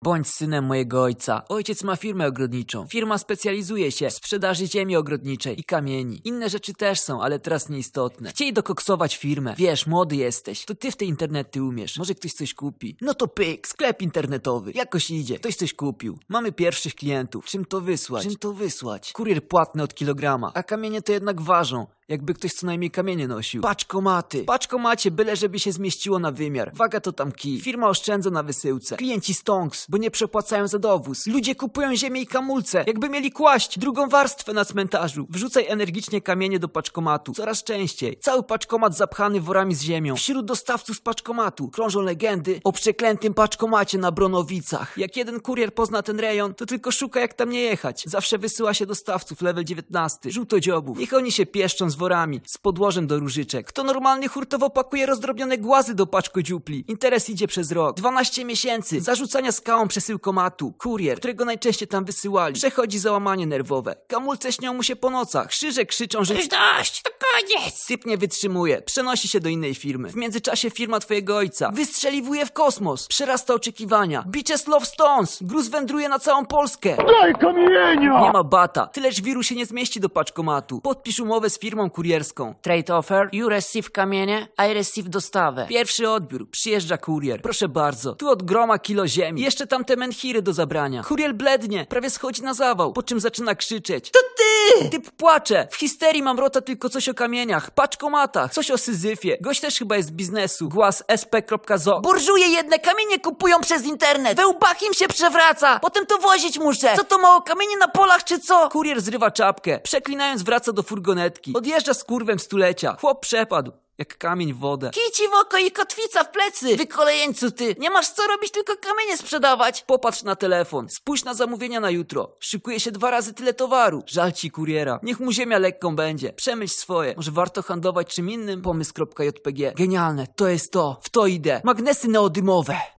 Bądź synem mojego ojca. Ojciec ma firmę ogrodniczą. Firma specjalizuje się w sprzedaży ziemi ogrodniczej i kamieni. Inne rzeczy też są, ale teraz nieistotne. Chcieli dokoksować firmę. Wiesz, młody jesteś. To ty w te internety umiesz. Może ktoś coś kupi. No to pyk, sklep internetowy. Jakoś idzie. Ktoś coś kupił. Mamy pierwszych klientów. Czym to wysłać? Kurier płatny od kilograma. A kamienie to jednak ważą. Jakby ktoś co najmniej kamienie nosił. Paczkomaty. W paczkomacie byle żeby się zmieściło na wymiar. Waga to tam kij. Firma oszczędza na wysyłce. Klienci stonks, bo nie przepłacają za dowóz. Ludzie kupują ziemię i kamulce, jakby mieli kłaść drugą warstwę na cmentarzu. Wrzucaj energicznie kamienie do paczkomatu. Coraz częściej. Cały paczkomat zapchany worami z ziemią. Wśród dostawców z paczkomatu krążą legendy o przeklętym paczkomacie na Bronowicach. Jak jeden kurier pozna ten rejon, to tylko szuka jak tam nie jechać. Zawsze wysyła się dostawców level 19. Żółtodziobów. Niech oni się pieszczą z worami, z podłożem do różyczek. Kto normalnie hurtowo pakuje rozdrobnione głazy do paczkodziupli. Interes idzie przez rok. 12 miesięcy zarzucania skałą przesyłkomatu. Kurier, którego najczęściej tam wysyłali, przechodzi załamanie nerwowe. Kamulce śnią mu się po nocach. Krzyże krzyczą, że już dość, to koniec. Typ nie wytrzymuje. Przenosi się do innej firmy. W międzyczasie firma twojego ojca wystrzeliwuje w kosmos. Przerasta oczekiwania. Bitches love stones. Gruz wędruje na całą Polskę. Daj kamienia! Nie ma bata. Tyleż wiru się nie zmieści do paczkomatu. Podpisz umowę z firmą kurierską. Trade offer. You receive kamienie, I receive dostawę. Pierwszy odbiór. Przyjeżdża kurier. Proszę bardzo. Tu od groma kilo ziemi. Jeszcze tam te menhiry do zabrania. Kurier blednie. Prawie schodzi na zawał. Po czym zaczyna krzyczeć. To ty! Typ płacze. W histerii mam rota tylko coś o kamieniach. Paczkomatach. Coś o Syzyfie. Gość też chyba jest z biznesu. Głaz sp.zo. Burżuje jedne kamienie kupują przez internet. We łbach im się przewraca. Potem to wozić muszę. Co to mało kamienie na polach czy co? Kurier zrywa czapkę. Przeklinając wraca do furgonetki. Odjeżdża z kurwem stulecia. Chłop przepadł. Jak kamień w wodę. Kici w oko i kotwica w plecy. Wy kolejeńcu ty. Nie masz co robić, tylko kamienie sprzedawać. Popatrz na telefon. Spójrz na zamówienia na jutro. Szykuje się 2 razy tyle towaru. Żal ci kuriera. Niech mu ziemia lekką będzie. Przemyśl swoje. Może warto handlować czym innym? Pomysł.jpg. Genialne. To jest to. W to idę. Magnesy neodymowe.